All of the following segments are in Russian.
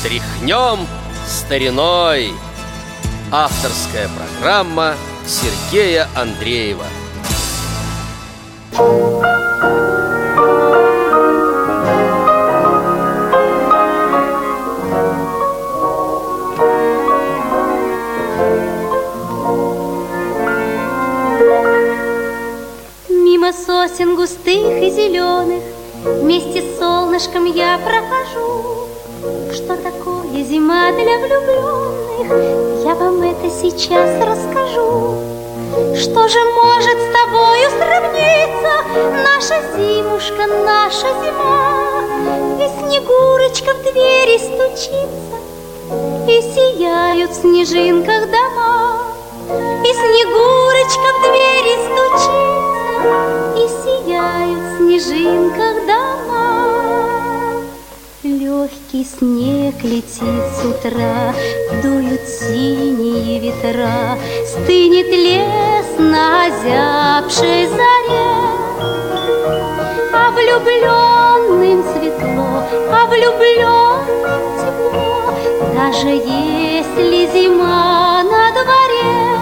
Тряхнем стариной. Авторская программа Сергея Андреева. Мимо сосен густых и зеленых вместе с солнышком я прохожу. Что такое зима для влюбленных, я вам это сейчас расскажу. Что же может с тобою сравниться наша зимушка, наша зима? И снегурочка в двери стучится, и сияют в снежинках дома. И снегурочка в двери стучится, и сияют в снежинках дома. Легкий снег летит с утра, дуют синие ветра, стынет лес на озябшей заре. А влюбленным светло, а влюбленным тепло, даже если зима на дворе.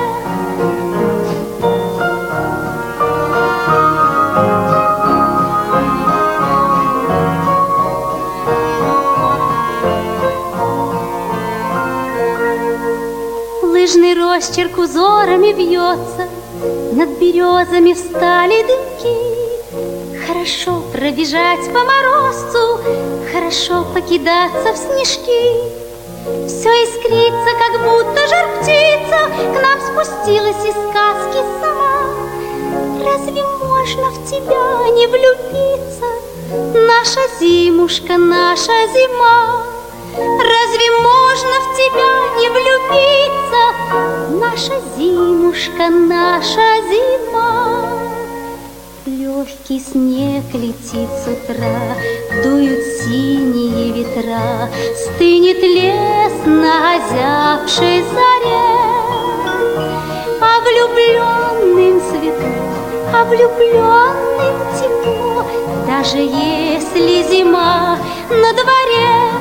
Лыжный росчерк узорами вьется, над березами встали дымки. Хорошо пробежать по морозцу, хорошо покидаться в снежки. Все искрится, как будто жар-птица к нам спустилась из сказки сама. Разве можно в тебя не влюбиться, наша зимушка, наша зима? Разве можно в тебя не влюбиться, наша зимушка, наша зима? Легкий снег летит с утра, дуют синие ветра, стынет лес на озябшей заре. А влюбленным светло, а влюбленным тепло, даже если зима на дворе.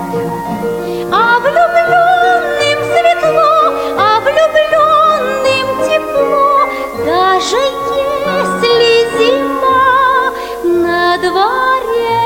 А влюбленным светло, а влюбленным тепло, даже если зима на дворе.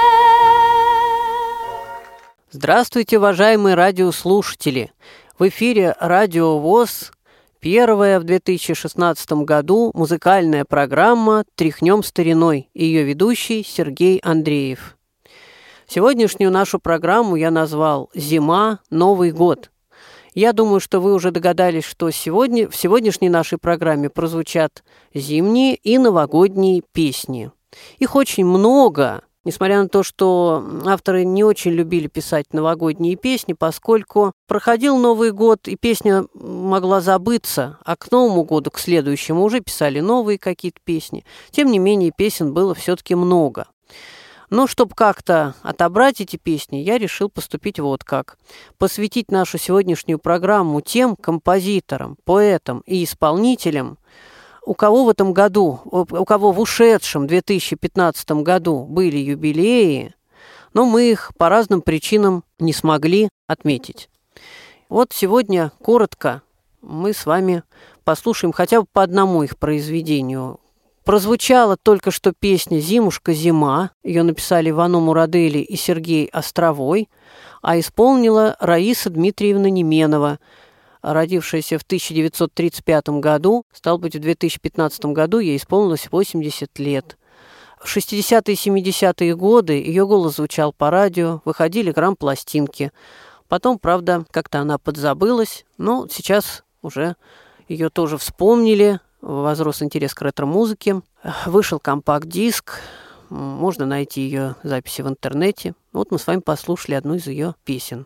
Здравствуйте, уважаемые радиослушатели! В эфире Радио ВОС, первая в 2016 году музыкальная программа «Тряхнем стариной», и ее ведущий Сергей Андреев. Сегодняшнюю нашу программу я назвал «Зима. Новый год». Я думаю, что вы уже догадались, что в сегодняшней нашей программе прозвучат зимние и новогодние песни. Их очень много, несмотря на то, что авторы не очень любили писать новогодние песни, поскольку проходил Новый год, и песня могла забыться, а к Новому году, к следующему, уже писали новые какие-то песни. Тем не менее, песен было все-таки много. Но чтобы как-то отобрать эти песни, я решил поступить вот как. Посвятить нашу сегодняшнюю программу тем композиторам, поэтам и исполнителям, у кого в этом году, у кого в ушедшем 2015 году были юбилеи, но мы их по разным причинам не смогли отметить. Вот сегодня коротко мы с вами послушаем хотя бы по одному их произведению. Прозвучала только что песня «Зимушка, зима». Ее написали Вано Мурадели и Сергей Островой, а исполнила Раиса Дмитриевна Неменова, родившаяся в 1935 году. Стало быть, в 2015 году ей исполнилось 80 лет. В 60-е и 70-е годы ее голос звучал по радио, выходили грамм-пластинки. Потом, правда, как-то она подзабылась, но сейчас уже ее тоже вспомнили. Возрос интерес к ретро-музыке. Вышел компакт-диск. Можно найти ее записи в интернете. Вот мы с вами послушали одну из ее песен.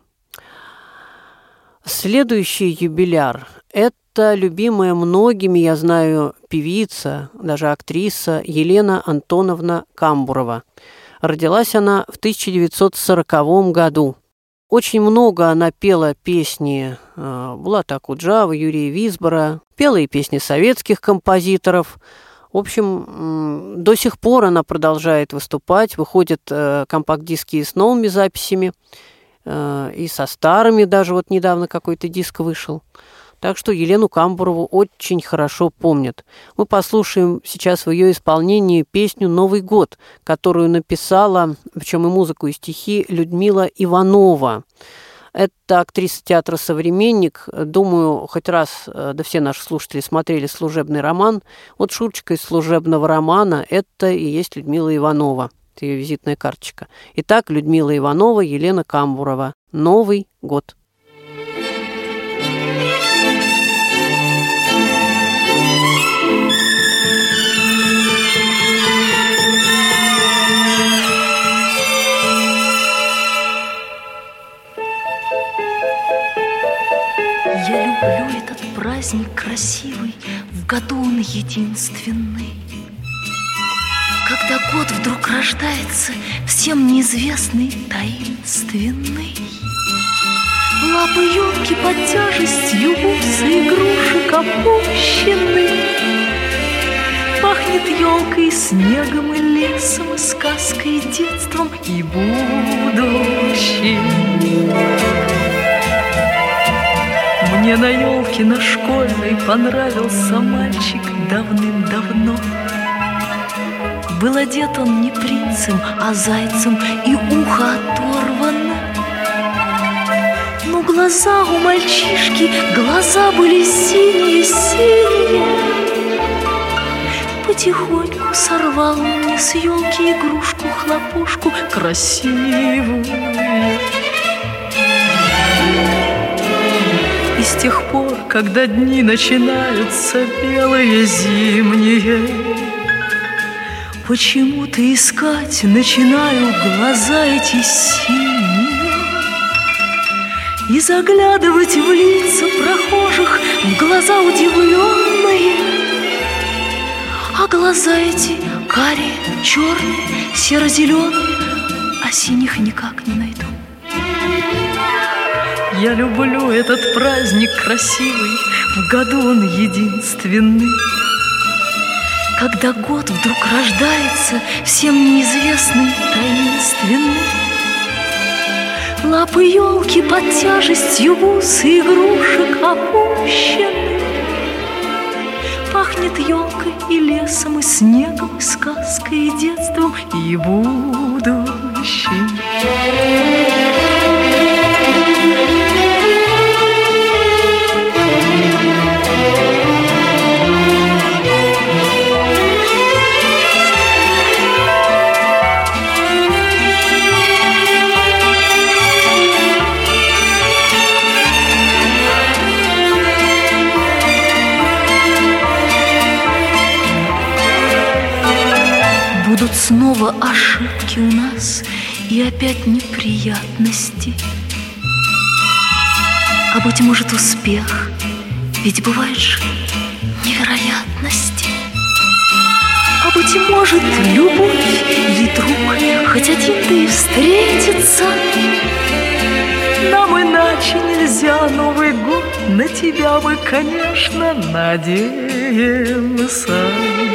Следующий юбиляр – это любимая многими, я знаю, певица, даже актриса Елена Антоновна Камбурова. Родилась она в 1940 году. Очень много она пела песни Булата Акуджава, Юрия Висбора, пела и песни советских композиторов. В общем, до сих пор она продолжает выступать, выходят компакт-диски с новыми записями. и со старыми даже вот недавно какой-то диск вышел. Так что Елену Камбурову очень хорошо помнят. Мы послушаем сейчас в ее исполнении песню «Новый год», которую написала, причем и музыку, и стихи, Людмила Иванова. Это актриса театра «Современник». Думаю, хоть раз, да все наши слушатели смотрели «Служебный роман». Вот Шурочка из «Служебного романа» – это и есть Людмила Иванова. Это ее визитная карточка. Итак, Людмила Иванова, Елена Камбурова. «Новый год». Я люблю этот праздник красивый, в году он единственный. Когда год вдруг рождается, всем неизвестный, таинственный. Лапы елки под тяжестью бус и игрушек опущены. Пахнет елкой, снегом и лесом, и сказкой, и детством, и будущим. Мне на елке на школьной понравился мальчик давным-давно. Был одет он не принцем, а зайцем, и ухо оторвано. Но глаза у мальчишки, глаза были синие-синие. Потихоньку сорвал он мне с елки игрушку-хлопушку красивую. И с тех пор, когда дни начинаются белые зимние, почему-то искать начинаю глаза эти синие и заглядывать в лица прохожих, в глаза удивленные. А глаза эти карие, черные, серо-зеленые, а синих никак не найду. Я люблю этот праздник красивый, в году он единственный. Когда год вдруг рождается, всем неизвестный, таинственный. Лапы елки под тяжестью бус и игрушек опущены. Пахнет елкой и лесом, и снегом, и сказкой, и детством, и будущим. Будут снова ошибки у нас и опять неприятности. А быть может успех, ведь бывают же невероятности. А быть может любовь или друг, хоть один-то и встретится. Нам иначе нельзя, Новый год, на тебя мы, конечно, надеемся.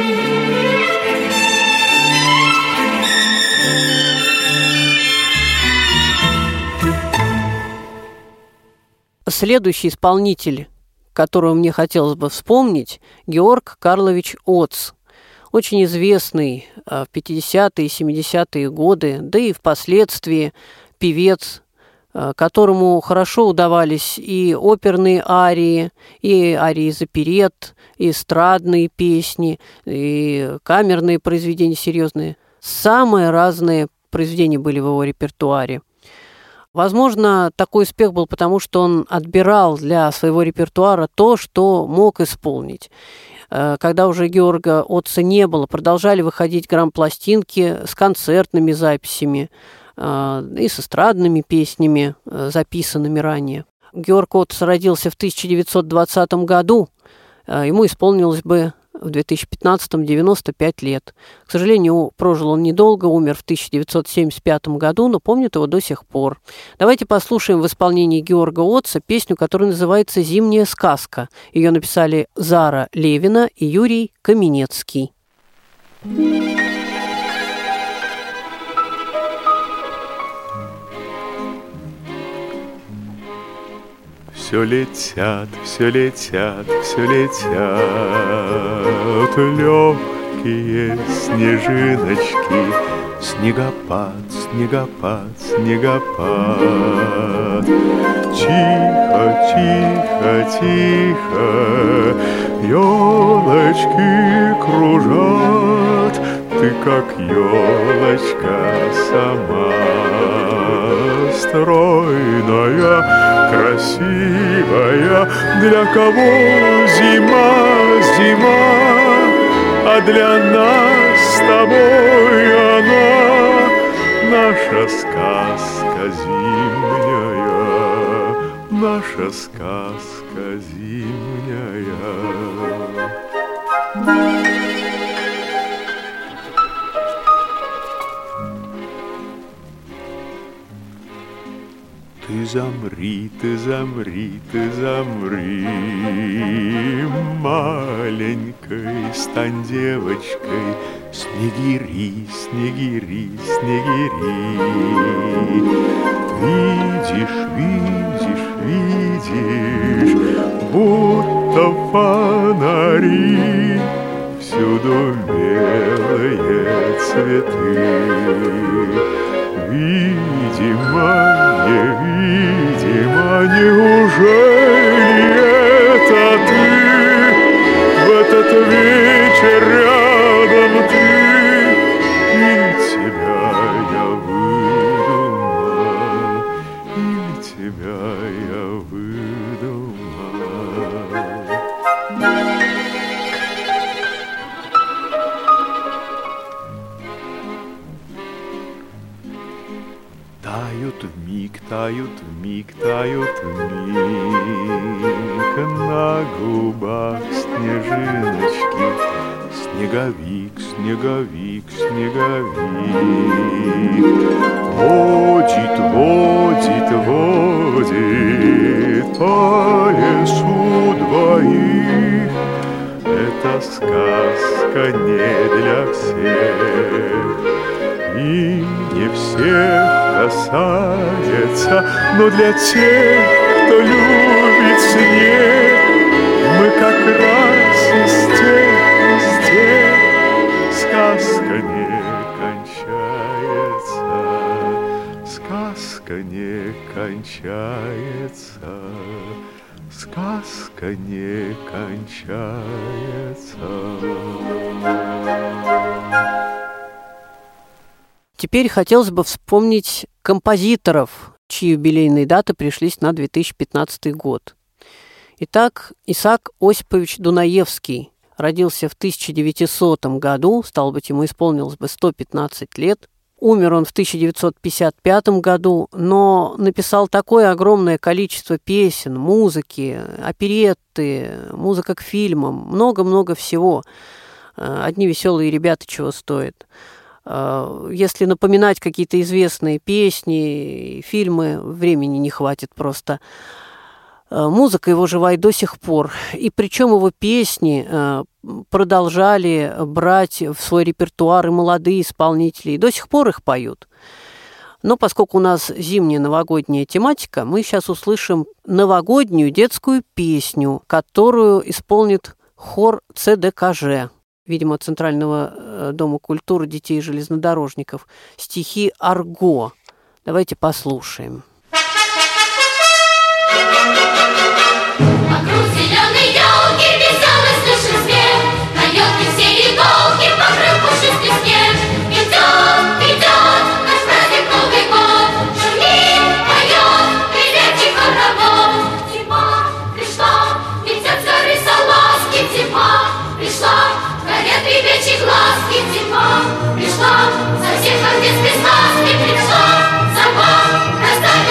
Следующий исполнитель, которого мне хотелось бы вспомнить, Георг Карлович Оц. Очень известный в 50-е и 70-е годы, да и впоследствии певец, которому хорошо удавались и оперные арии, и арии из оперет, и эстрадные песни, и камерные произведения серьезные. Самые разные произведения были в его репертуаре. Возможно, такой успех был потому, что он отбирал для своего репертуара то, что мог исполнить. Когда уже Георга Отца не было, продолжали выходить грампластинки с концертными записями и с эстрадными песнями, записанными ранее. Георг Отц родился в 1920 году, ему исполнилось бы в 2015-м 95 лет. К сожалению, прожил он недолго, умер в 1975 году, но помнят его до сих пор. Давайте послушаем в исполнении Георга Отца песню, которая называется «Зимняя сказка». Ее написали Зара Левина и Юрий Каменецкий. Все летят, все летят, все летят легкие снежиночки. Снегопад, снегопад, снегопад. Тихо, тихо, тихо, елочки кружат. Ты как елочка сама, стройная, красивая. Для кого зима, зима, а для нас с тобой она наша сказка зимняя, наша сказка зимняя. Ты замри, ты замри, ты замри, маленькой стань девочкой. Снегири, снегири, снегири. Видишь, видишь, видишь, будто фонари, всюду белые цветы. Видимо, невидимо, неужели это ты? В этот вечер рядом ты, или тебя я выдумал, или тебя я выдумал. Тают вмиг, тают вмиг, тают вмиг на губах снежиночки. Снеговик, снеговик, снеговик водит, водит, водит по лесу двоих. Это сказка не для всех и не всех касается, но для тех, кто любит снег, мы как раз из тех. Сказка не кончается, сказка не кончается, сказка не кончается. Теперь хотелось бы вспомнить композиторов, чьи юбилейные даты пришлись на 2015 год. Итак, Исаак Осипович Дунаевский родился в 1900 году, стало быть, ему исполнилось бы 115 лет. Умер он в 1955 году, но написал такое огромное количество песен, музыки, оперетты, музыка к фильмам, много-много всего. Одни веселые ребята чего стоят. Если напоминать какие-то известные песни, фильмы, времени не хватит просто. Музыка его жива и до сих пор. И причем его песни продолжали брать в свой репертуар и молодые исполнители, и до сих пор их поют. Но поскольку у нас зимняя новогодняя тематика, мы сейчас услышим новогоднюю детскую песню, которую исполнит хор ЦДКЖ, видимо, Центрального дома культуры детей и железнодорожников, стихи Арго. Давайте послушаем. Вокруг зеленой елки веселый слышен смех, на елке все иголки покрыл пушистый снег. Идет, идет наш праздник Новый год, шумит, поет билетик хоровод. Зима пришла, летят с горы салазки. Зима пришла, горят ребячьи глазки. Зима пришла, совсем как в детской сказке пришла. Сама раздавит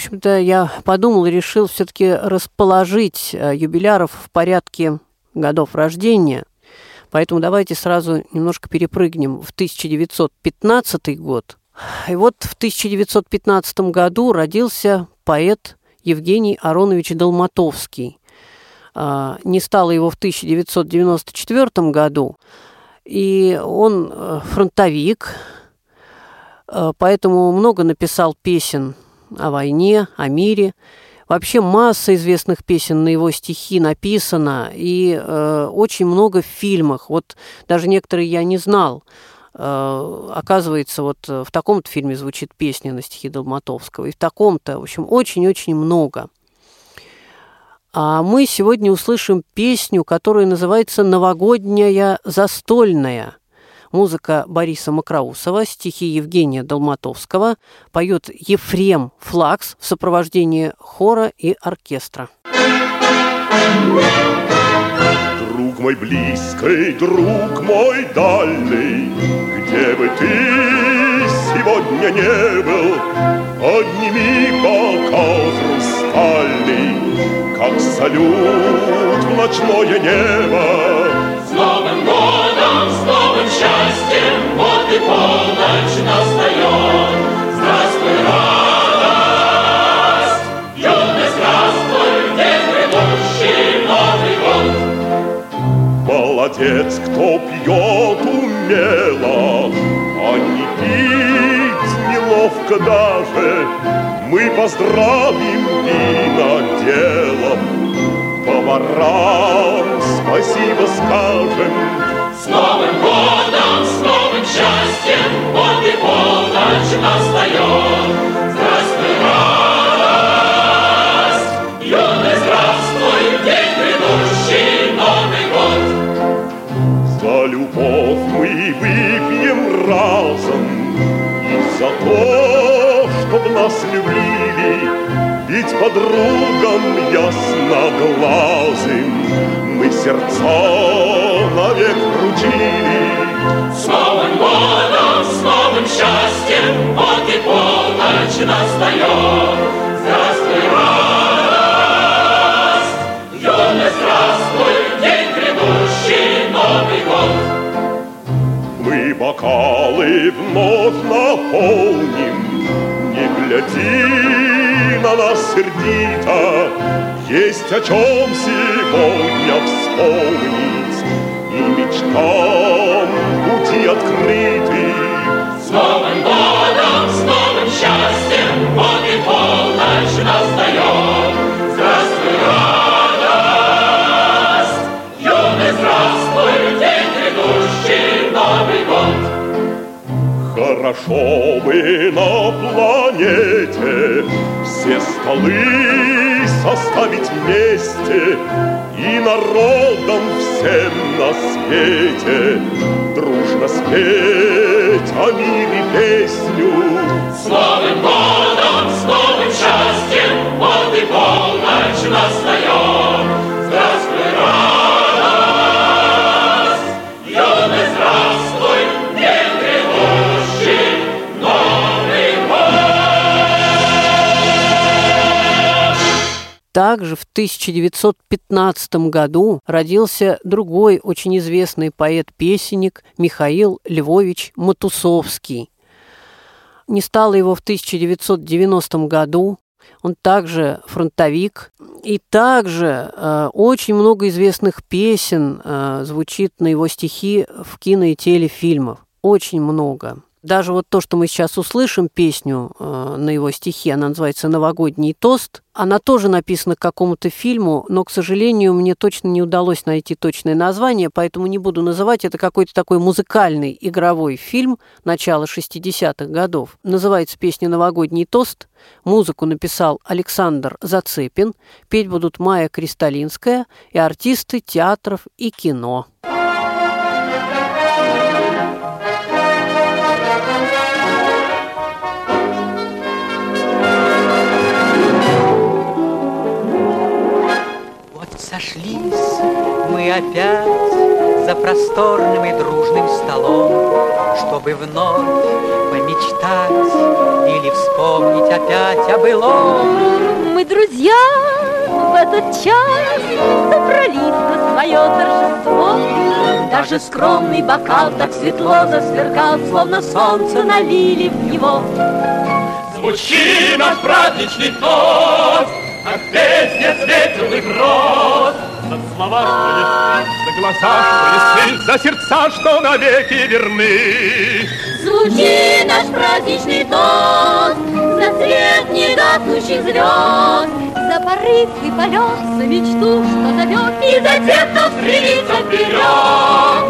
общем-то, я подумал и решил все-таки расположить юбиляров в порядке годов рождения. Поэтому давайте сразу немножко перепрыгнем в 1915 год. И вот в 1915 году родился поэт Евгений Аронович Долматовский. Не стало его в 1994 году, и он фронтовик, поэтому много написал песен о войне, о мире. Вообще масса известных песен на его стихи написано, и очень много в фильмах. Вот даже некоторые я не знал. Оказывается, вот в таком-то фильме звучит песня на стихи Долматовского, и в таком-то, в общем, очень-очень много. А мы сегодня услышим песню, которая называется «Новогодняя застольная». Музыка Бориса Мокроусова, стихи Евгения Долматовского, поет Ефрем Флакс в сопровождении хора и оркестра. Друг мой близкий, друг мой дальний, где бы ты сегодня не был, подними бокал хрустальный, как салют в ночное небо. С Новым годом, с новым счастьем, вот и полночь настает. Здравствуй, радость, юность, здравствуй, день грядущий Новый год. Молодец, кто пьет умело, а не пить неловко даже. Мы поздравим виноделом, поварам спасибо скажем. С Новым годом, с новым счастьем, вот и полночь настает. Здравствуй, радость, юность, здравствуй, день грядущий Новый год. За любовь мы выпьем разом и за то, чтоб нас любили, ведь подругам ясноглазым мы сердца навек вручили. С Новым годом, с новым счастьем, вот и полночь настает. Здравствуй, радость, юность, здравствуй, день грядущий Новый год. Мы бокалы вновь наполним, не гляди на нас сердито, есть о чем сегодня вспомнить и мечтам пути открыты. С Новым годом, с новым счастьем, вот и полночь настает. Здравствуй, радость, юность, здравствуй, день грядущий Новый год. Хорошо бы на планете все столы составить вместе и народам всем на свете дружно спеть о мире песню. С Новым годом, с новым счастьем, вот и полночь настает. Здравствуй, радость, юность, здравствуй, день грядущий Новый год. Также в 1915 году родился другой очень известный поэт-песенник Михаил Львович Матусовский. Не стало его в 1990 году. Он также фронтовик. И также очень много известных песен звучит на его стихи в кино и телефильмах. Очень много. Даже вот то, что мы сейчас услышим, песню на его стихи, она называется «Новогодний тост». Она тоже написана к какому-то фильму, но, к сожалению, мне точно не удалось найти точное название, поэтому не буду называть. Это какой-то такой музыкальный игровой фильм начала 60-х годов. Называется песня «Новогодний тост». Музыку написал Александр Зацепин. Петь будут Майя Кристалинская и артисты театров и кино. Сошлись мы опять за просторным и дружным столом, чтобы вновь помечтать или вспомнить опять о былом. Мы, друзья, в этот час собрались на свое торжество. Даже скромный бокал так светло засверкал, словно солнце налили в него. Звучи наш праздничный тост, как песня светлых роз. За слова, что есть, за голоса, что есть, за сердца, что навеки верны. Звучи наш праздничный тост за цвет негаснущих звезд, За порыв и полет, за мечту, что зовет, и за тех, кто стремится вперед.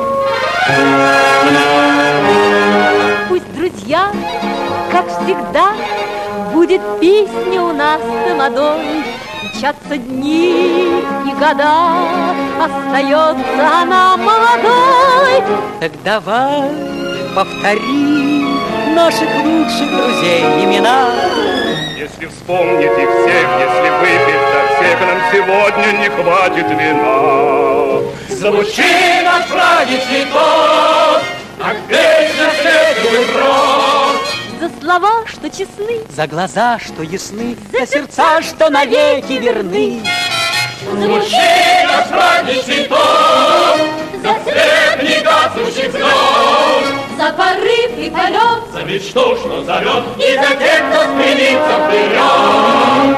Пусть, друзья, как всегда, будет песня у нас тамадой. Мчатся дни и года, остается она молодой. Так давай повтори наших лучших друзей имена. Если вспомнить их всех, если выпить за всех, нам сегодня не хватит вина. Звучи наш праздничный тост, как песня светлых роз. За слова, что честны, За глаза, что ясны, за сердца, что навеки верны. Звучи наш праздничный тост за цвет негаснущих звезд, За порыв и полет, за мечту, что зовет, и за тех, кто стремится вперед.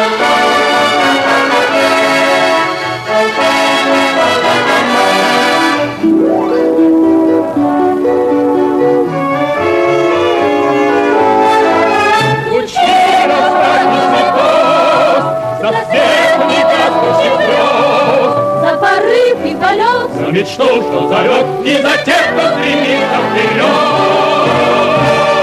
Звучи наш праздничный тост за цвет негаснущих звезд, за порыв и полет, за мечту, что зовет, и за тех, кто стремится вперед.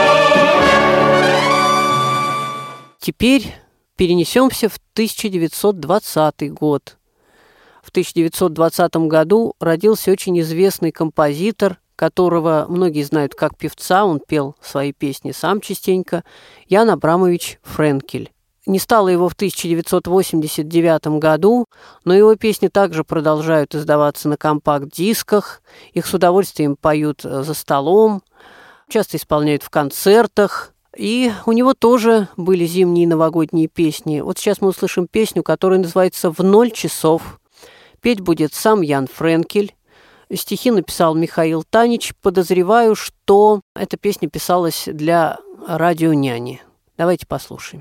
Теперь перенесемся в 1920 год. В 1920 году родился очень известный композитор, которого многие знают как певца, он пел свои песни сам частенько, Ян Абрамович Френкель. Не стало его в 1989 году, но его песни также продолжают издаваться на компакт-дисках, их с удовольствием поют за столом, часто исполняют в концертах. И у него тоже были зимние и новогодние песни. Вот сейчас мы услышим песню, которая называется «В 0 часов». Петь будет сам Ян Френкель. Стихи написал Михаил Танич. Подозреваю, что эта песня писалась для радионяни. Давайте послушаем.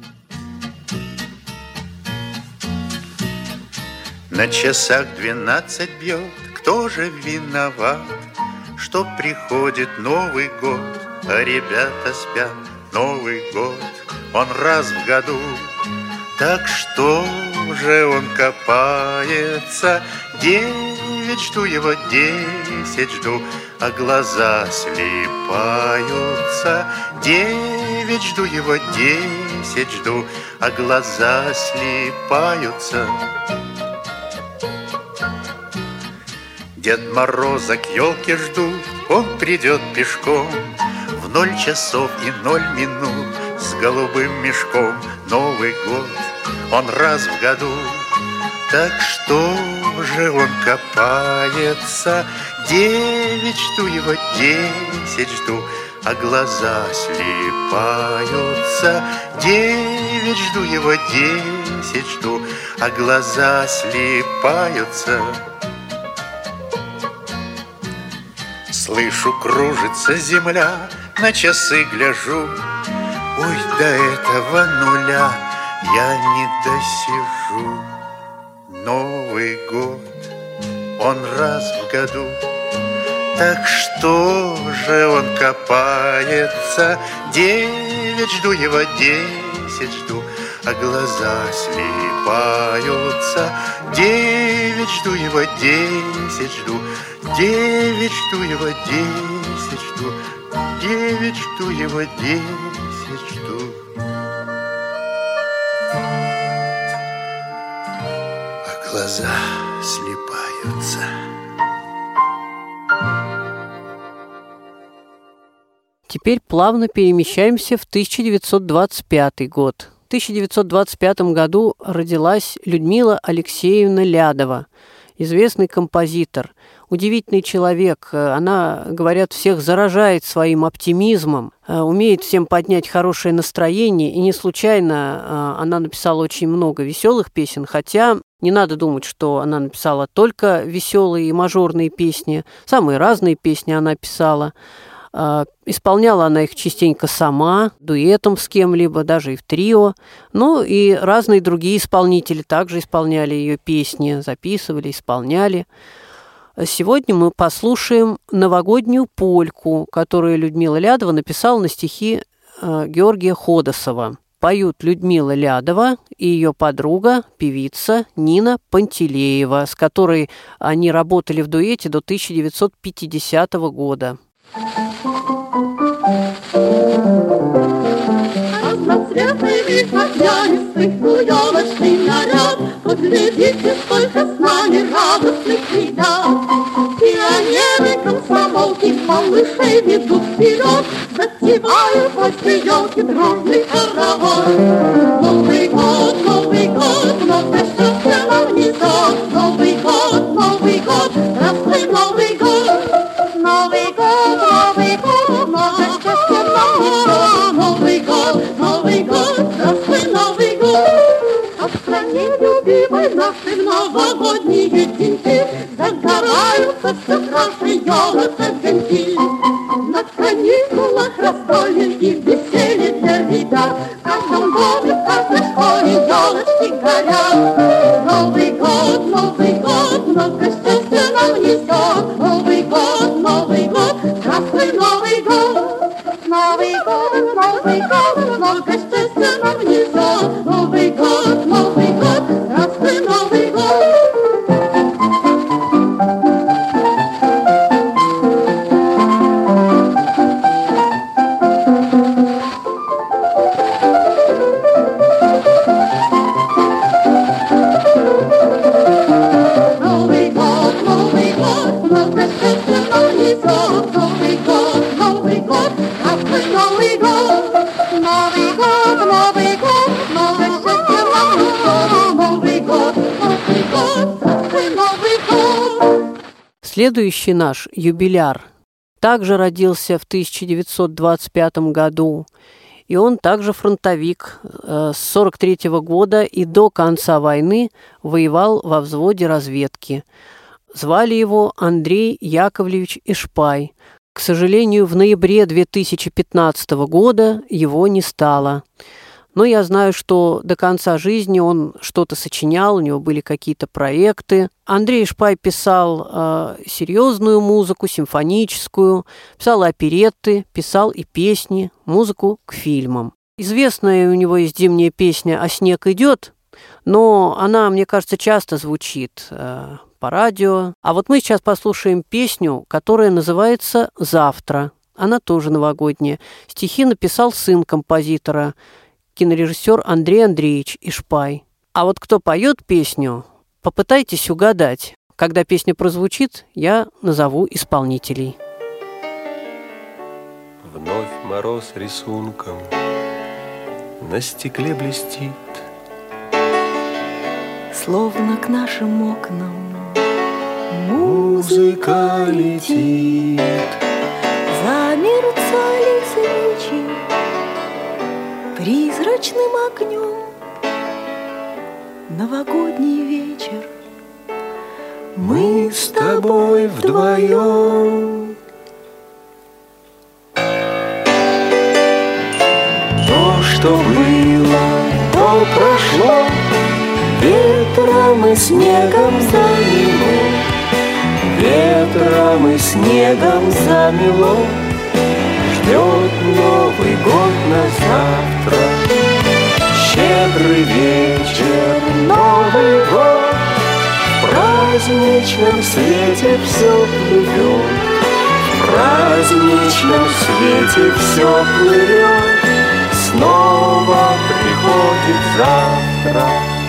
На часах 12 бьет, кто же виноват, что приходит Новый год, а ребята спят. Новый год, он раз в году, так что же он копается? 9 жду его, 10 жду, а глаза слипаются. 9 жду его, 10 жду, а глаза слипаются. Дед Мороза к елке ждут, он придет пешком в 0 часов и 0 минут с голубым мешком. Новый год, он раз в году, так что же он копается? 9 жду его, 10 жду, а глаза слипаются. 9 жду его, 10 жду, а глаза слипаются. Слышу, кружится земля, на часы гляжу. Ой, до этого нуля я не досижу. Новый год, он раз в году, так что же он копается? 9 жду его, 10 жду, а глаза слипаются. 9 жду его, 10 жду, 9 жду его, 10 жду, 9 жду его, 10 жду. А глаза слипаются. Теперь плавно перемещаемся в 1925 год. В 1925 году родилась Людмила Алексеевна Лядова, известный композитор. удивительный человек. Она, говорят, всех заражает своим оптимизмом, умеет всем поднять хорошее настроение. И не случайно она написала очень много веселых песен, хотя не надо думать, что она написала только веселые и мажорные песни. Самые разные песни она писала. Исполняла она их частенько сама, дуэтом с кем-либо, даже и в трио. Ну и разные другие исполнители также исполняли ее песни, записывали, исполняли. Сегодня мы послушаем новогоднюю польку, которую Людмила Лядова написала на стихи Георгия Ходосова. Поют Людмила Лядова и ее подруга, певица Нина Пантелеева, с которой они работали в дуэте до 1950 года. Разноцветный багрянистый елочный наряд, поглядите, сколько с нами радостных ребят. Пионеры, комсомолки, малышей ведут вперед, затевают возле елки дружный хоровод. Новый год, много счастья нам несет. Новый год, здравствуй, Новый год. Новый год, много счастья нам несет. Новый год, здравствуй, Новый год. А в стране любимой нашей в новогодние деньки загораются все краше елок огоньки. На каникулах раздолье и веселье для ребят. В каждом доме, в каждой школе елочки горят. Новый год, много счастья нам несет. Новый год, здравствуй, Новый год. Новый год, много счастья нам несет. Новый год, здравствуй, Новый год. Следующий наш юбиляр также родился в 1925 году, и он также фронтовик. С 1943 года и до конца войны воевал во взводе разведки. Звали его Андрей Яковлевич Ишпай. К сожалению, в ноябре 2015 года его не стало. Но я знаю, что до конца жизни он что-то сочинял, у него были какие-то проекты. Андрей Ишпай писал серьезную музыку, симфоническую, писал оперетты, писал и песни, музыку к фильмам. Известная у него есть зимняя песня «А снег идет», но она, мне кажется, часто звучит по радио. А вот мы сейчас послушаем песню, которая называется «Завтра». Она тоже новогодняя. Стихи написал сын композитора, кинорежиссер Андрей Андреевич Ишпай. А вот кто поет песню, попытайтесь угадать. Когда песня прозвучит, я назову исполнителей. Вновь мороз рисунком на стекле блестит, словно к нашим окнам музыка летит. Замерцали свечи призрачным огнем. Новогодний вечер, Мы с тобой вдвоем. То, что было, то прошло, ветром и снегом замело, ветром и снегом замело. Ждет Новый год на завтра, щедрый вечер, Новый год. В праздничном свете все плывет, в праздничном свете все плывет. Снова приходит завтра.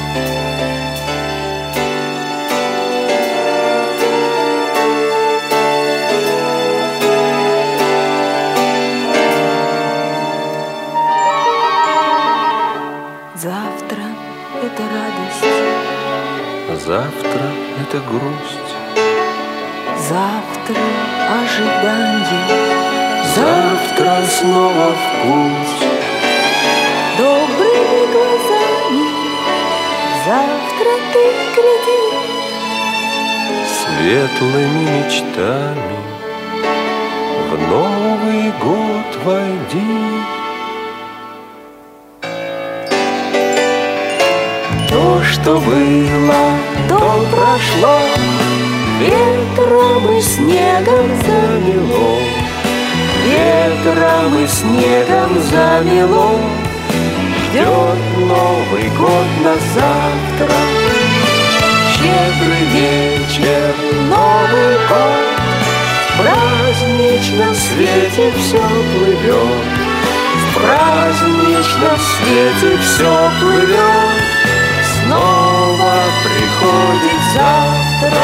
завтра — это радость, Завтра — это грусть, завтра ожидание, завтра снова в путь. Добрыми глазами завтра ты гряди, светлыми мечтами в Новый год войди. То, что было, то прошло, ветром и снегом замело, ветром и снегом замело. Ждет Новый год на завтра, щедрый вечер, Новый год. В праздничном свете все плывет, в праздничном свете все плывет. Снова приходит завтра.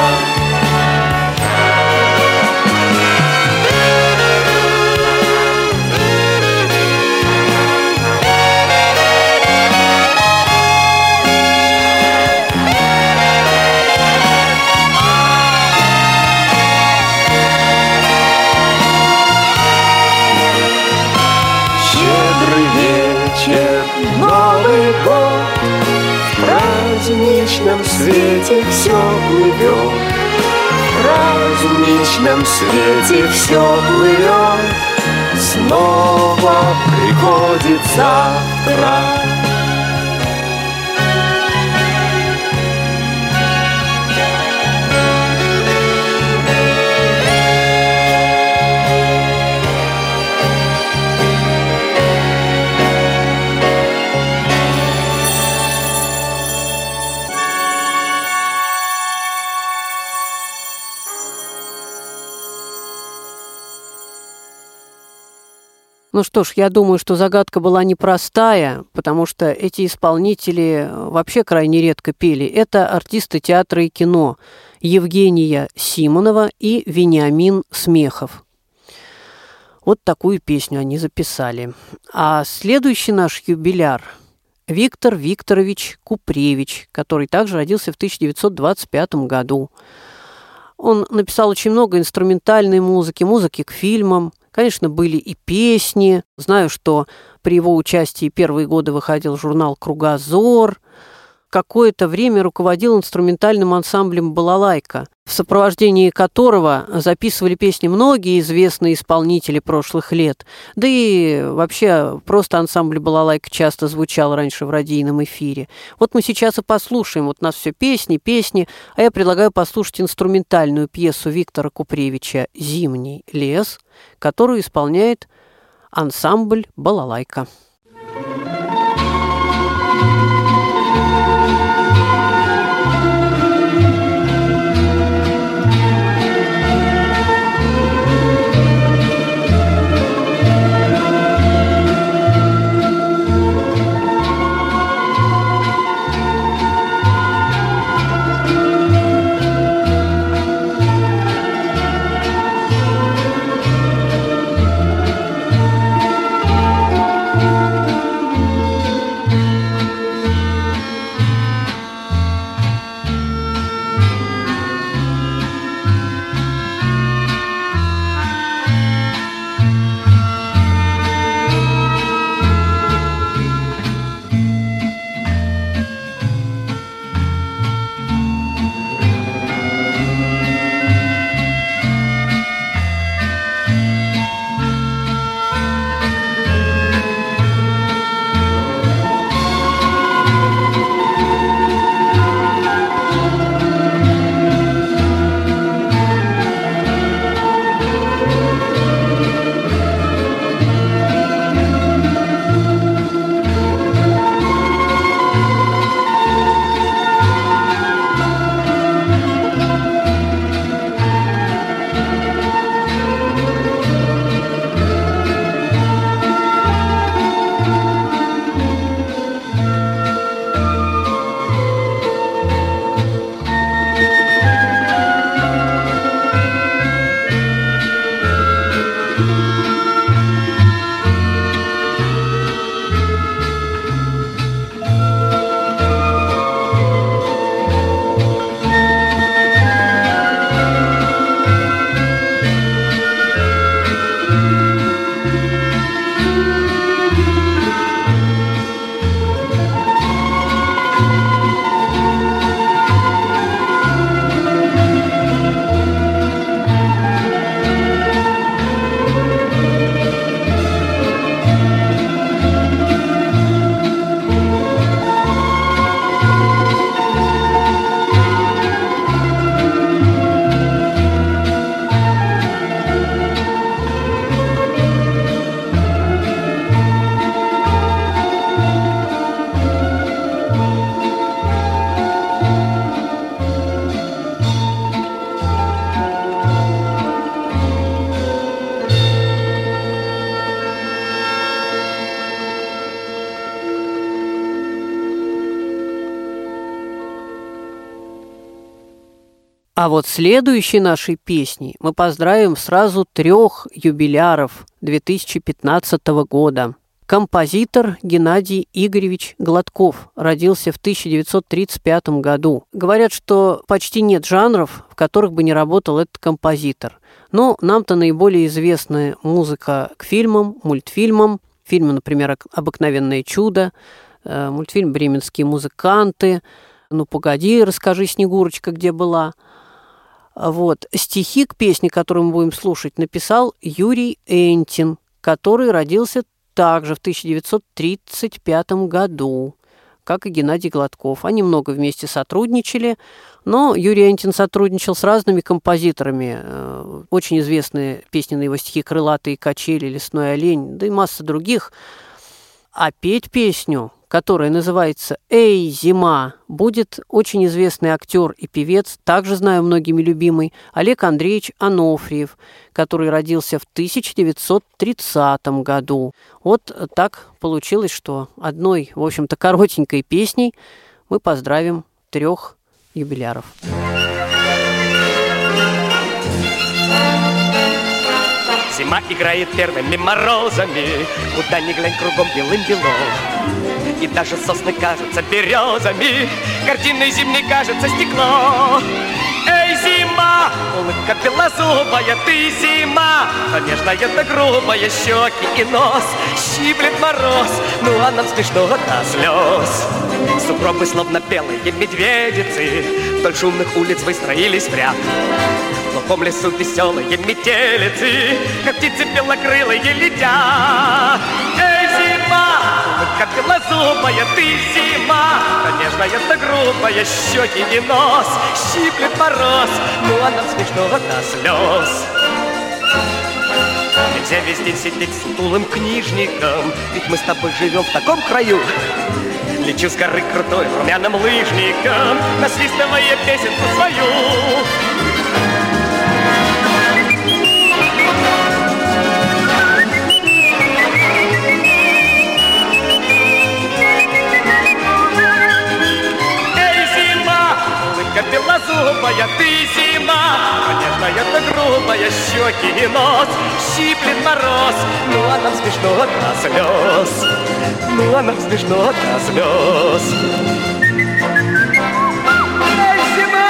Щедрый вечер, Новый год. В праздничном свете все плывет, в праздничном свете все плывет. Снова приходит завтра. Ну что ж, я думаю, что загадка была непростая, потому что эти исполнители вообще крайне редко пели. Это артисты театра и кино Евгения Симонова и Вениамин Смехов. Вот такую песню они записали. А следующий наш юбиляр – Виктор Викторович Купревич, который также родился в 1925 году. Он написал очень много инструментальной музыки, музыки к фильмам. Конечно, были и песни. Знаю, что при его участии первые годы выходил журнал «Кругозор». Какое-то время руководил инструментальным ансамблем «Балалайка», в сопровождении которого записывали песни многие известные исполнители прошлых лет. Да и вообще просто ансамбль «Балалайка» часто звучал раньше в радийном эфире. Вот мы сейчас и послушаем. Вот у нас все песни, а я предлагаю послушать инструментальную пьесу Виктора Купревича «Зимний лес», которую исполняет ансамбль «Балалайка». А вот следующей нашей песней мы поздравим сразу 3 юбиляров 2015 года. Композитор Геннадий Игоревич Гладков родился в 1935 году. Говорят, что почти нет жанров, в которых бы не работал этот композитор. Но нам-то наиболее известна музыка к фильмам, мультфильмам. Фильмы, например, «Обыкновенное чудо», мультфильм «Бременские музыканты», «Ну, погоди, расскажи, Снегурочка, где была». Вот. Стихи к песне, которую мы будем слушать, написал Юрий Энтин, который родился также в 1935 году, как и Геннадий Гладков. Они много вместе сотрудничали, но Юрий Энтин сотрудничал с разными композиторами. Очень известные песни на его стихи «Крылатые качели», «Лесной олень», да и масса других. А петь песню, которая называется «Эй, зима», будет очень известный актер и певец, также знаю многими любимый, Олег Андреевич Анофриев, который родился в 1930 году. Вот так получилось, что одной, в общем-то, коротенькой песней мы поздравим 3 юбиляров. Зима играет первыми морозами, куда ни глянь, кругом белым-бело. И даже сосны кажутся березами, картиной зимней кажется стекло. Эй, зима, улыбка белозубая, ты зима, но нежная, да грубая, щеки и нос щиплет мороз, ну а нам смешно до слез. Сугробы, словно белые медведицы, вдоль шумных улиц выстроились в ряд. В глухом лесу веселые метелицы, как птицы белокрылые летят. Эй, зима, улыбка белозубая, ты зима, но нежная, да грубая, щеки и нос щиплет мороз, ну а нам смешно до слез. Нельзя весь день сидеть сутулым книжником, ведь мы с тобой живем в таком краю. Лечу с горы крутой румяным лыжником, насвистывая песенку свою. Белозубая, ты зима, нежная, да грубая, щеки и нос щиплет мороз, ну а нам смешно до слез, ну а нам смешно до слез. Эй, зима!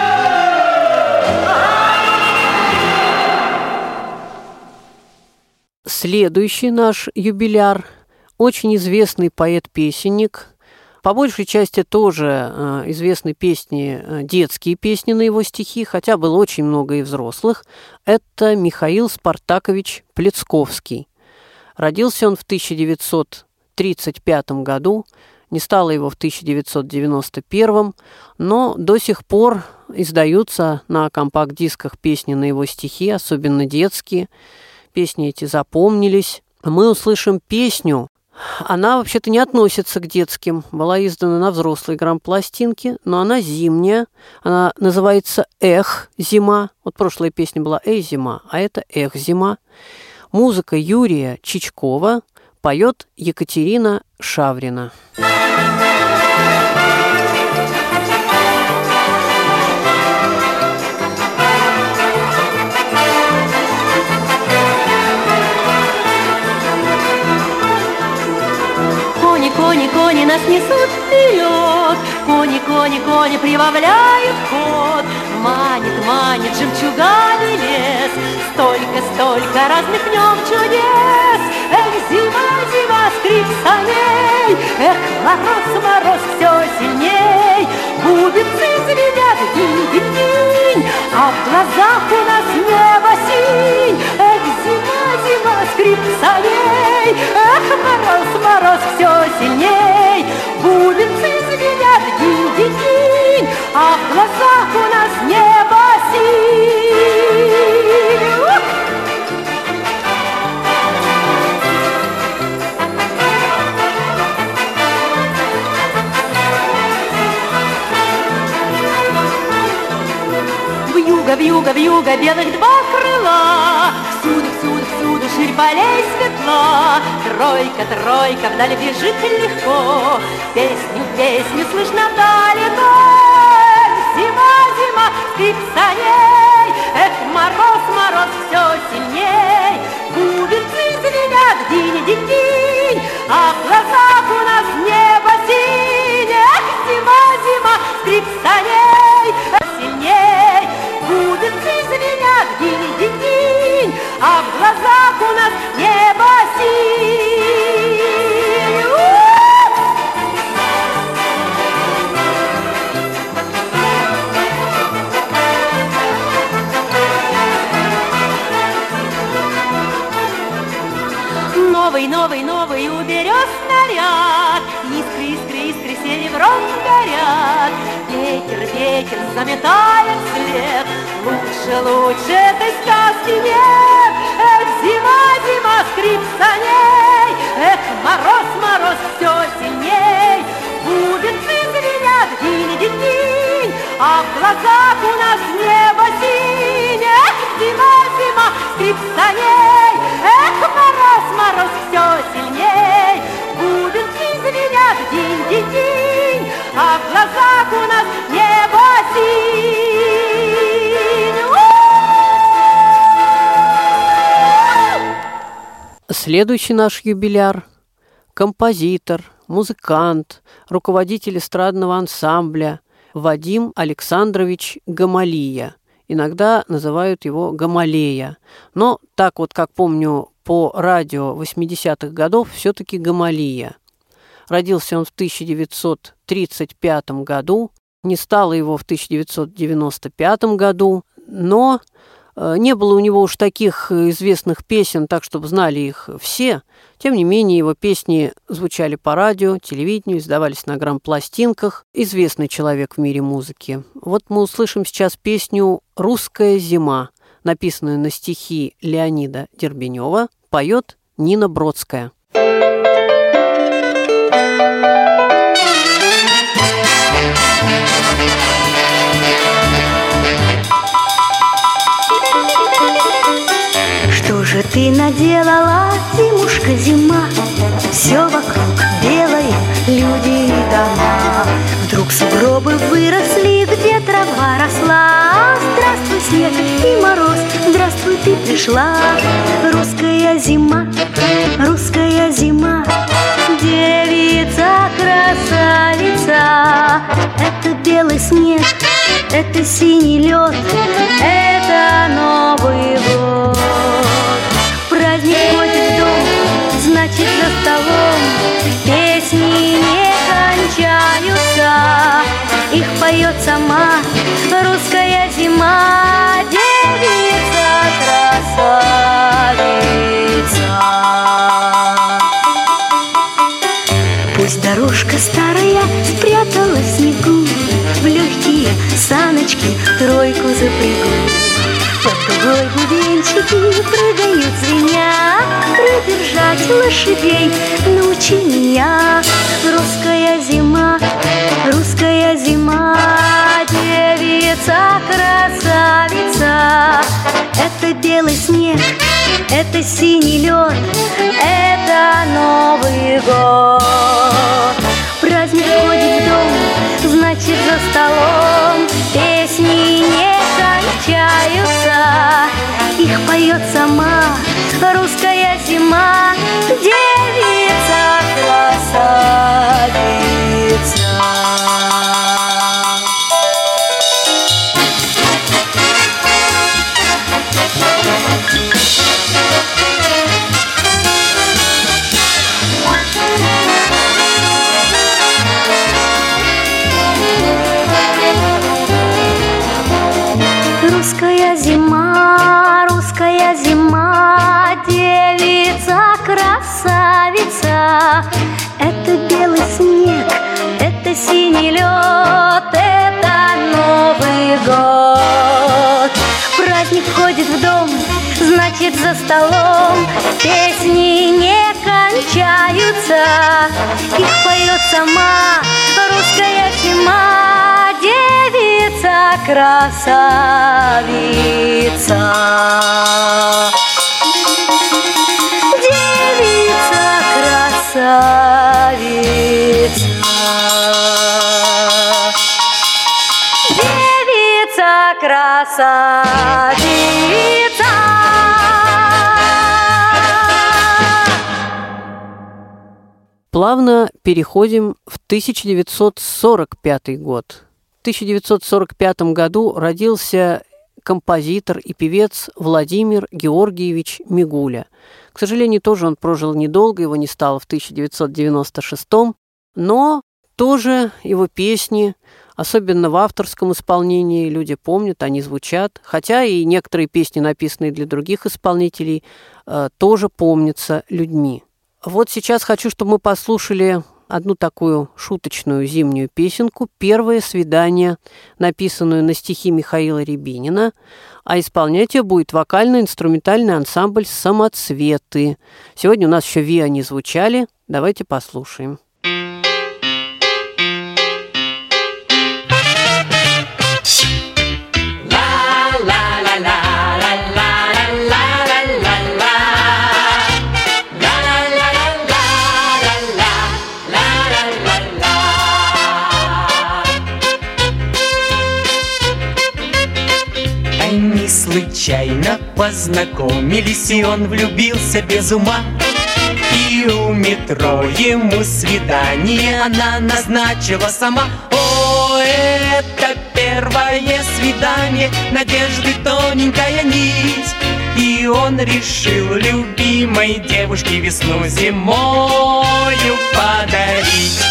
Следующий наш юбиляр – очень известный поэт-песенник. По большей части тоже известны песни, детские песни на его стихи, хотя было очень много и взрослых. Это Михаил Спартакович Плецковский. Родился он в 1935 году, не стало его в 1991, но до сих пор издаются на компакт-дисках песни на его стихи, особенно детские. Песни эти запомнились. Мы услышим песню. Она вообще-то не относится к детским, была издана на взрослой грампластинке, но она зимняя, она называется «Эх, зима». Вот прошлая песня была «Эй, зима», а это «Эх, зима». Музыка Юрия Чичкова, поет Екатерина Шаврина. Кони, кони нас несут вперед, кони, кони, кони прибавляют ход. Манит, манит жемчугами лес, столько, столько разных в нем чудес. Эх, зима, зима, скрип саней, эх, мороз, мороз все сильней. Бубенцы звенят динь-динь-динь, а в глазах у нас небо синь. Эх, зима, зима, скрип саней, эх, мороз, мороз все сильней. Бубенцы звенят динь-динь-динь, а в глазах у нас небо синь. Вьюга, вьюга, белых два крыла, всюду, всюду, всюду ширь полей светла. Тройка, тройка вдали бежит легко, песню, песню слышно вдали. Зима, зима, скрип новый, новый, новый уберет снаряд. Искры, искры, искры серебром горят. Ветер, ветер заметает след. Лучше, лучше этой сказки нет. Эх, зима, зима, скрип саней. Эх, мороз, мороз, все сильней. Бубенцы звенят, динь-динь-динь, а в глазах у нас небо синее. Эх, зима, зима, скрип саней. Эх, мороз, мороз, все сильней. Бубенцы звенят, динь-динь-динь, а в глазах у нас небо синее. Следующий наш юбиляр – композитор, музыкант, руководитель эстрадного ансамбля Вадим Александрович Гамалия. Иногда называют его Гамалея. Но так вот, как помню по радио 80-х годов, все-таки Гамалия. Родился он в 1935 году, не стало его в 1995 году, но не было у него уж таких известных песен, так чтобы знали их все. Тем не менее, его песни звучали по радио, телевидению, издавались на грампластинках. Известный человек в мире музыки. Вот мы услышим сейчас песню «Русская зима», написанную на стихи Леонида Дербенева, поет Нина Бродская. Что же ты наделала, зимушка, зима? Все вокруг белое, люди и дома. Вдруг сугробы выросли, где трава росла. Здравствуй, снег и мороз, здравствуй, ты пришла. Русская зима, девица-красавица. Это белый снег, это синий лед, это Новый год. Праздник ходит в дом, значит за столом песни не кончаются. Их поет сама русская зима, девица-красавица. Пусть дорожка старая спрятала в снегу, в легкие саночки тройку запрягу. Под дугой бубенчики прыгают звеня, придержать лошадей научи меня. Русская зима, девица-красавица. Это белый снег, это синий лед, это Новый год. Праздник ходит в дом, значит за столом песни не кончаются. Их поет сама русская зима, девица-красавица. Русская зима, девица-красавица. Это белый снег, это синий лед, это Новый год. Праздник входит в дом, значит за столом песни не кончаются. Их поет сама русская зима, девица-красавица. Девица-красавица. Девица-красавица. Плавно переходим в 1945 год. В 1945 году родился композитор и певец Владимир Георгиевич Мигуля. К сожалению, тоже он прожил недолго, его не стало в 1996, но тоже его песни, особенно в авторском исполнении, люди помнят, они звучат, хотя и некоторые песни, написанные для других исполнителей, тоже помнятся людьми. Вот сейчас хочу, чтобы мы послушали одну такую шуточную зимнюю песенку «Первое свидание», написанную на стихи Михаила Рябинина, а исполнять ее будет вокально-инструментальный ансамбль «Самоцветы». Сегодня у нас еще ВИА не звучали, давайте послушаем. Случайно познакомились, и он влюбился без ума. И у метро ему свидание она назначила сама. О, это первое свидание, надежды тоненькая нить. И он решил любимой девушке весну зимою подарить.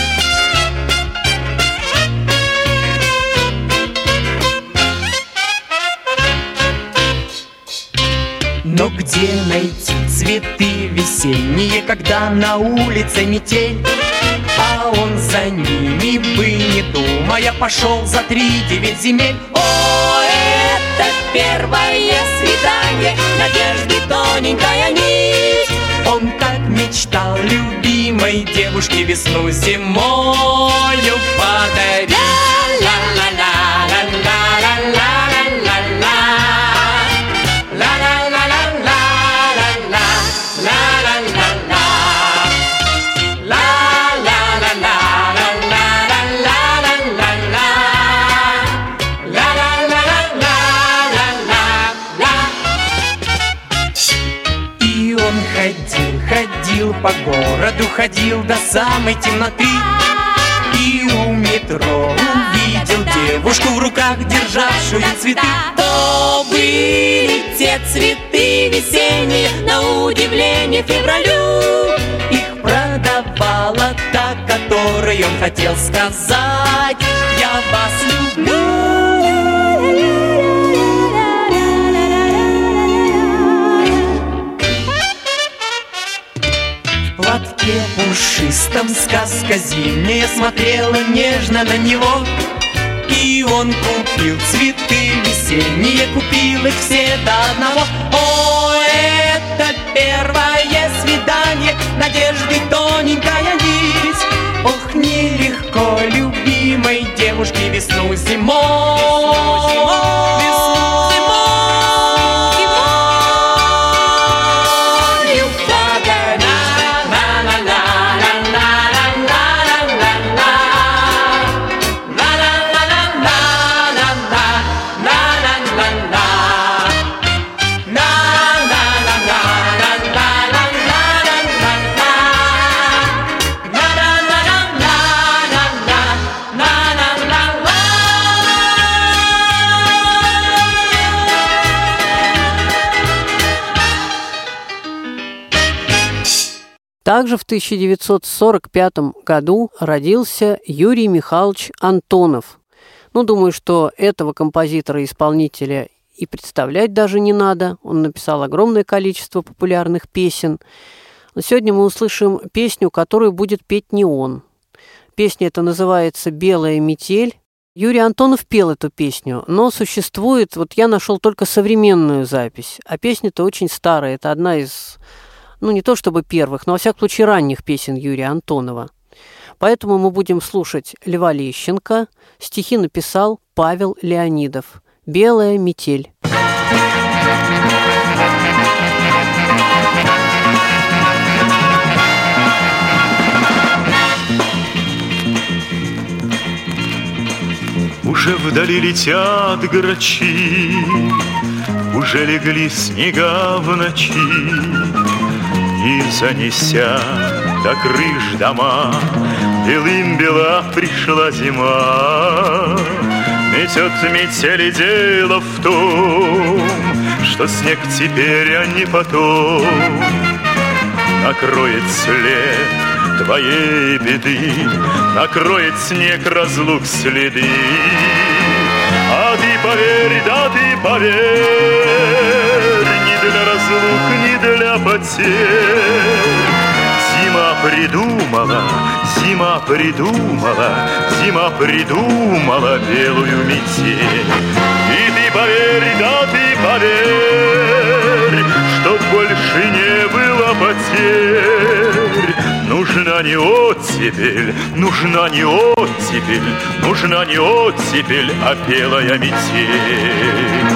Но где найти цветы весенние, когда на улице метель? А он за ними бы не думая пошел за 3-9 земель. О, это первое свидание, надежды тоненькая нить. Он так мечтал любимой девушке весну зимою подарить. По городу ходил до самой темноты, и у метро увидел девушку в руках, державшую цветы. То были те цветы весенние, на удивление февралю. Их продавала та, которой он хотел сказать: я вас люблю. Пушистом сказка зимняя смотрела нежно на него. И он купил цветы весенние, купил их все до одного. О, это первое свидание, надежды тоненькая нить. Ох, нелегко любимой девушке весну зимой. Также в 1945 году родился Юрий Михайлович Антонов. Думаю, что этого композитора и исполнителя и представлять даже не надо. Он написал огромное количество популярных песен. Но сегодня мы услышим песню, которую будет петь не он. Песня эта называется «Белая метель». Юрий Антонов пел эту песню, но существует, я нашел только современную запись, а песня-то очень старая. Это одна из, не то чтобы первых, но во всяком случае ранних песен Юрия Антонова. Поэтому мы будем слушать Льва Лещенко. Стихи написал Павел Леонидов. «Белая метель». Уже вдали летят грачи, уже легли снега в ночи, и, занеся до крыш дома, белым бела пришла зима. Метет метели, дело в том, что снег теперь, а не потом накроет след твоей беды, накроет снег разлук следы. А ты поверь, да ты поверь, ни для разлук, ни для потерь придумала, зима придумала, зима придумала белую метель. И ты поверь, да ты поверь, чтоб больше не было потерь. Нужна не оттепель, нужна не оттепель, нужна не оттепель, а белая метель.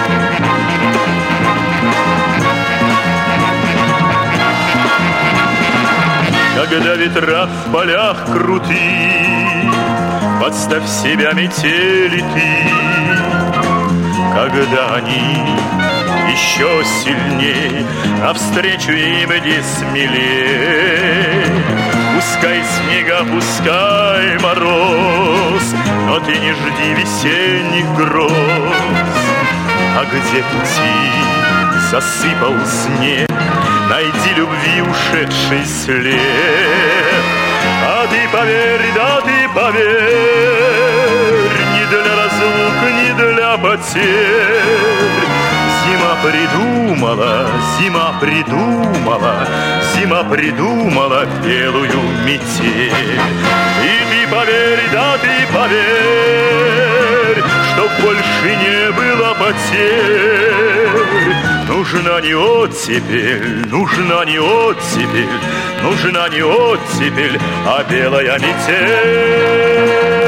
Когда ветра в полях крутые, подставь себя метели ты. Когда они еще сильней, навстречу им иди смелей. Пускай снега, пускай мороз, но ты не жди весенних гроз. А где пути засыпал снег, найди любви ушедший след. А ты поверь, да ты поверь, не для разлук, не для потерь. Зима придумала, зима придумала, зима придумала белую метель. И ты поверь, да ты поверь, чтоб больше не было потерь. Нужна не оттепель, нужна не оттепель, нужна не оттепель, а белая метель.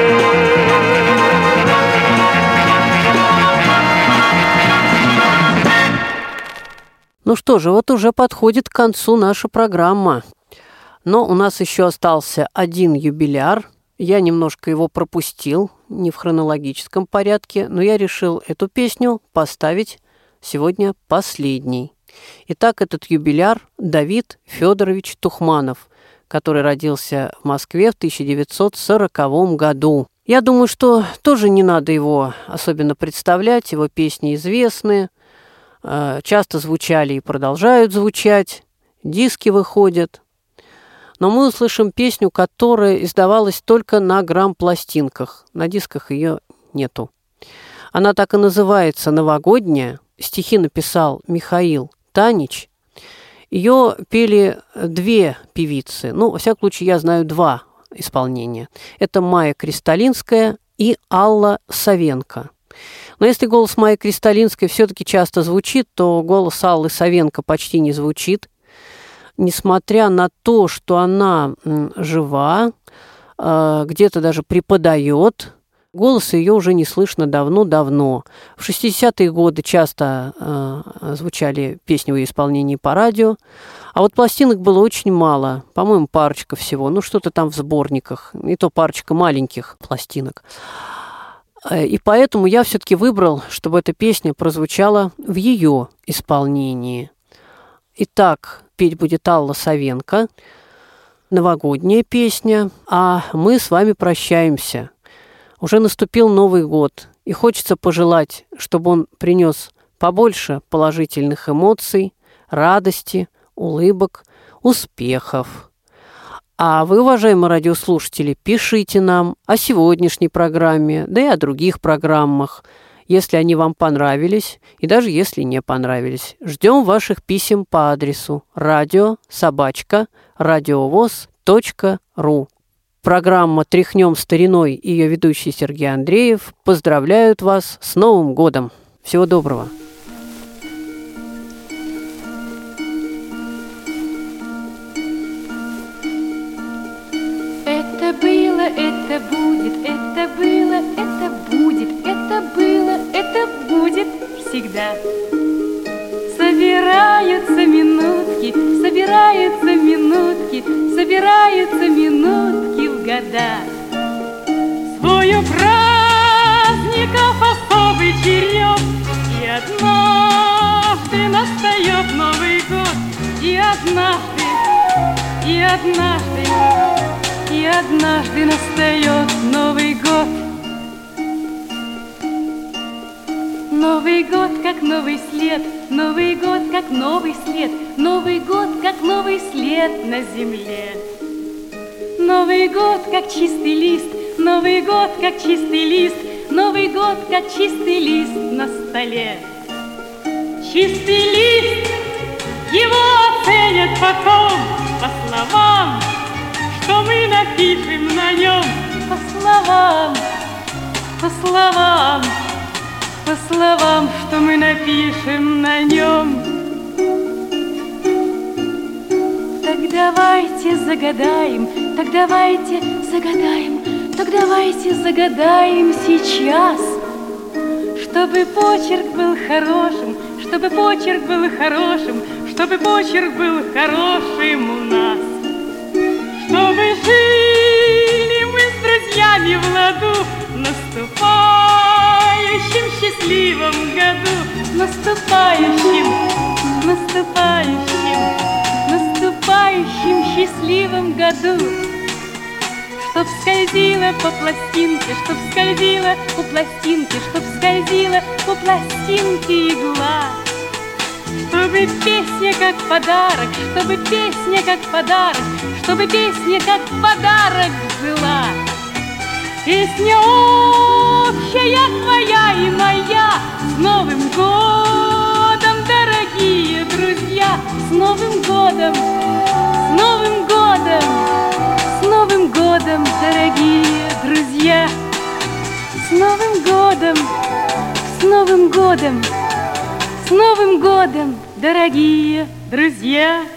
Ну что же, вот уже подходит к концу наша программа. Но у нас еще остался один юбиляр. Я немножко его пропустил, не в хронологическом порядке, но я решил эту песню поставить сегодня последней. Итак, этот юбиляр Давид Федорович Тухманов, который родился в Москве в 1940 году. Я думаю, что тоже не надо его особенно представлять, его песни известны, часто звучали и продолжают звучать, диски выходят. Но мы услышим песню, которая издавалась только на грамм-пластинках. На дисках ее нету. Она так и называется «Новогодняя». Стихи написал Михаил Танич. Ее пели две певицы. Ну, во всяком случае, я знаю два исполнения. Это Майя Кристалинская и Алла Савенко. Но если голос Майи Кристалинской все-таки часто звучит, то голос Аллы Савенко почти не звучит. Несмотря на то, что она жива, где-то даже преподает, голоса ее уже не слышно давно-давно. В 60-е годы часто звучали песни в ее исполнении по радио, а вот пластинок было очень мало, по-моему, парочка всего, ну что-то там в сборниках, и то парочка маленьких пластинок. И поэтому я все-таки выбрал, чтобы эта песня прозвучала в ее исполнении. Итак, петь будет Алла Савенко, новогодняя песня, а мы с вами прощаемся. Уже наступил Новый год, и хочется пожелать, чтобы он принес побольше положительных эмоций, радости, улыбок, успехов. А вы, уважаемые радиослушатели, пишите нам о сегодняшней программе, да и о других программах, если они вам понравились и даже если не понравились. Ждем ваших писем по адресу radio@radiovoz.ru. Программа «Тряхнем стариной» и ее ведущий Сергей Андреев поздравляют вас с Новым годом. Всего доброго. Это было, это будет, это было, это будет, это было, это будет всегда. Собираются минутки, собираются минутки, собираются минутки в года. Свою праздников особый черед, и однажды настает Новый год, и однажды, и однажды, и однажды настает Новый год. Новый год, как новый след, Новый год, как новый след, Новый год, как новый след на земле. Новый год, как чистый лист, Новый год, как чистый лист, Новый год, как чистый лист на столе. Чистый лист, его оценят потом, по словам что мы напишем на нем по словам, по словам, по словам, что мы напишем на нем. Так давайте загадаем, так давайте загадаем, так давайте загадаем сейчас, чтобы почерк был хорошим, чтобы почерк был хорошим, чтобы почерк был хорошим у нас, чтобы жили мы с друзьями в ладу в наступающем счастливом году, наступающем, наступающем, наступающем счастливом году. Чтоб скользила по пластинке, чтоб скользила по пластинке, чтоб скользила по пластинке игла. Чтобы песня как подарок, чтобы песня как подарок, чтобы песня как подарок была. Песня общая твоя и моя. С Новым годом, дорогие друзья, с Новым годом, с Новым годом, с Новым годом, дорогие друзья, с Новым годом, с Новым годом, с Новым годом, дорогие друзья.